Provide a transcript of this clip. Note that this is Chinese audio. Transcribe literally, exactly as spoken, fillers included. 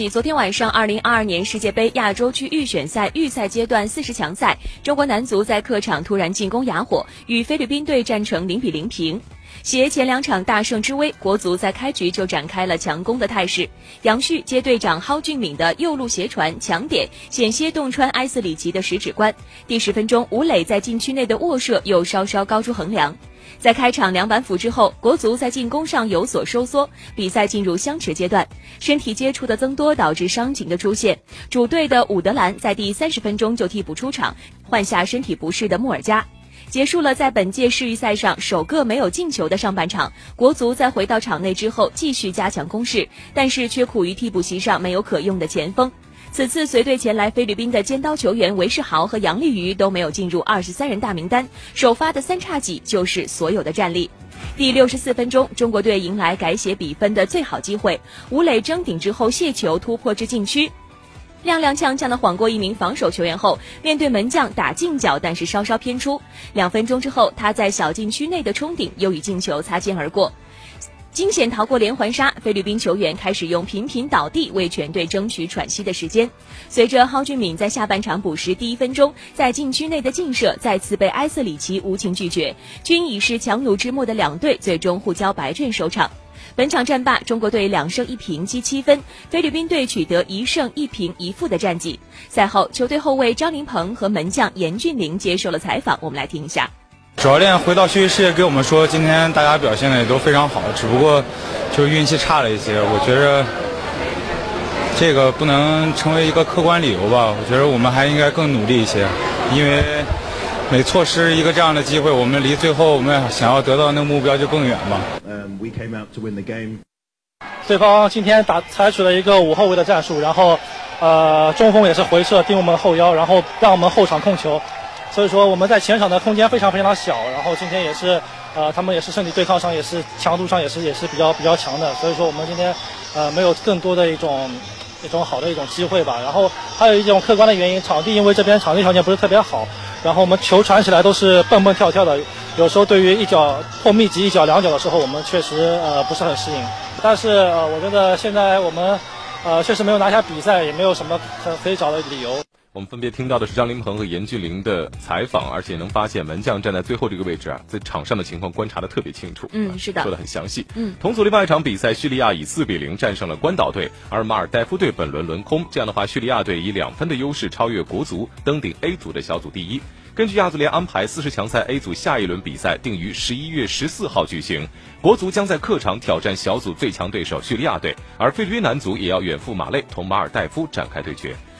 昨天晚上，二零二二年世界杯亚洲区预选赛预赛阶段四十强赛，中国男足在客场突然进攻哑火，与菲律宾队战成零比零平。携前两场大胜之威，国足在开局就展开了强攻的态势。杨旭接队长蒿俊闵的右路斜传强点，险些洞穿埃斯里奇的十指关。第十分钟，吴磊在禁区内的握射又稍稍高出横梁。在开场两板斧之后，国足在进攻上有所收缩，比赛进入相持阶段，身体接触的增多导致伤情的出现。主队的伍德兰在第三十分钟就替补出场，换下身体不适的穆尔加。结束了在本届世预赛上首个没有进球的上半场，国足在回到场内之后继续加强攻势，但是却苦于替补席上没有可用的前锋。此次随队前来菲律宾的尖刀球员韦世豪和杨立瑜都没有进入二十三人大名单，首发的三叉戟就是所有的战力。第六十四分钟，中国队迎来改写比分的最好机会，吴磊争顶之后卸球突破至禁区，踉踉跄跄的晃过一名防守球员后，面对门将打近角，但是稍稍偏出。两分钟之后，他在小禁区内的冲顶又与进球擦肩而过，惊险逃过连环杀。菲律宾球员开始用频频倒地为全队争取喘息的时间。随着蒿俊闵在下半场补时第一分钟在禁区内的劲射再次被埃斯里奇无情拒绝，均已是强弩之末的两队最终互交白卷收场。本场战罢，中国队两胜一平积七分，菲律宾队取得一胜一平一负的战绩。赛后，球队后卫张琳芃和门将严俊凌接受了采访，我们来听一下。 主教练回到休息室也给我们说，今天大家表现的也都非常好，只不过就是运气差了一些。我觉着这个不能成为一个客观理由吧，我觉得我们还应该更努力一些，因为每错失一个这样的机会，我们离最后我们想要得到那个目标就更远嘛。 Um, we came out to win the game. 对方今天打采取了一个五后卫的战术，然后呃中锋也是回撤盯我们后腰，然后让我们后场控球。所以说我们在前场的空间非常非常的小，然后今天也是呃他们也是身体对抗上也是强度上也是也是比较比较强的，所以说我们今天呃没有更多的一种一种好的一种机会吧。然后还有一种客观的原因，场地因为这边场地条件不是特别好，然后我们球传起来都是蹦蹦跳跳的，有时候对于一脚破密集一脚两脚的时候，我们确实呃不是很适应。但是呃我觉得现在我们呃确实没有拿下比赛，也没有什么可可以找的理由。 我们分别听到的是张琳芃和严俊凌的采访，而且能发现门将站在最后这个位置啊，在场上的情况观察的特别清楚。 嗯，是的， 说的很详细。 嗯， 同组另外一场比赛，叙利亚以四比零战胜了关岛队，而马尔代夫队本轮轮空。这样的话，叙利亚队以两分的优势超越国足，登顶 A 组的小组第一。根据亚足联安排，四十强赛 A 组下一轮比赛定于十一月十四号举行，国足将在客场挑战小组最强对手叙利亚队，而菲律宾男足也要远赴马累同马尔代夫展开对决。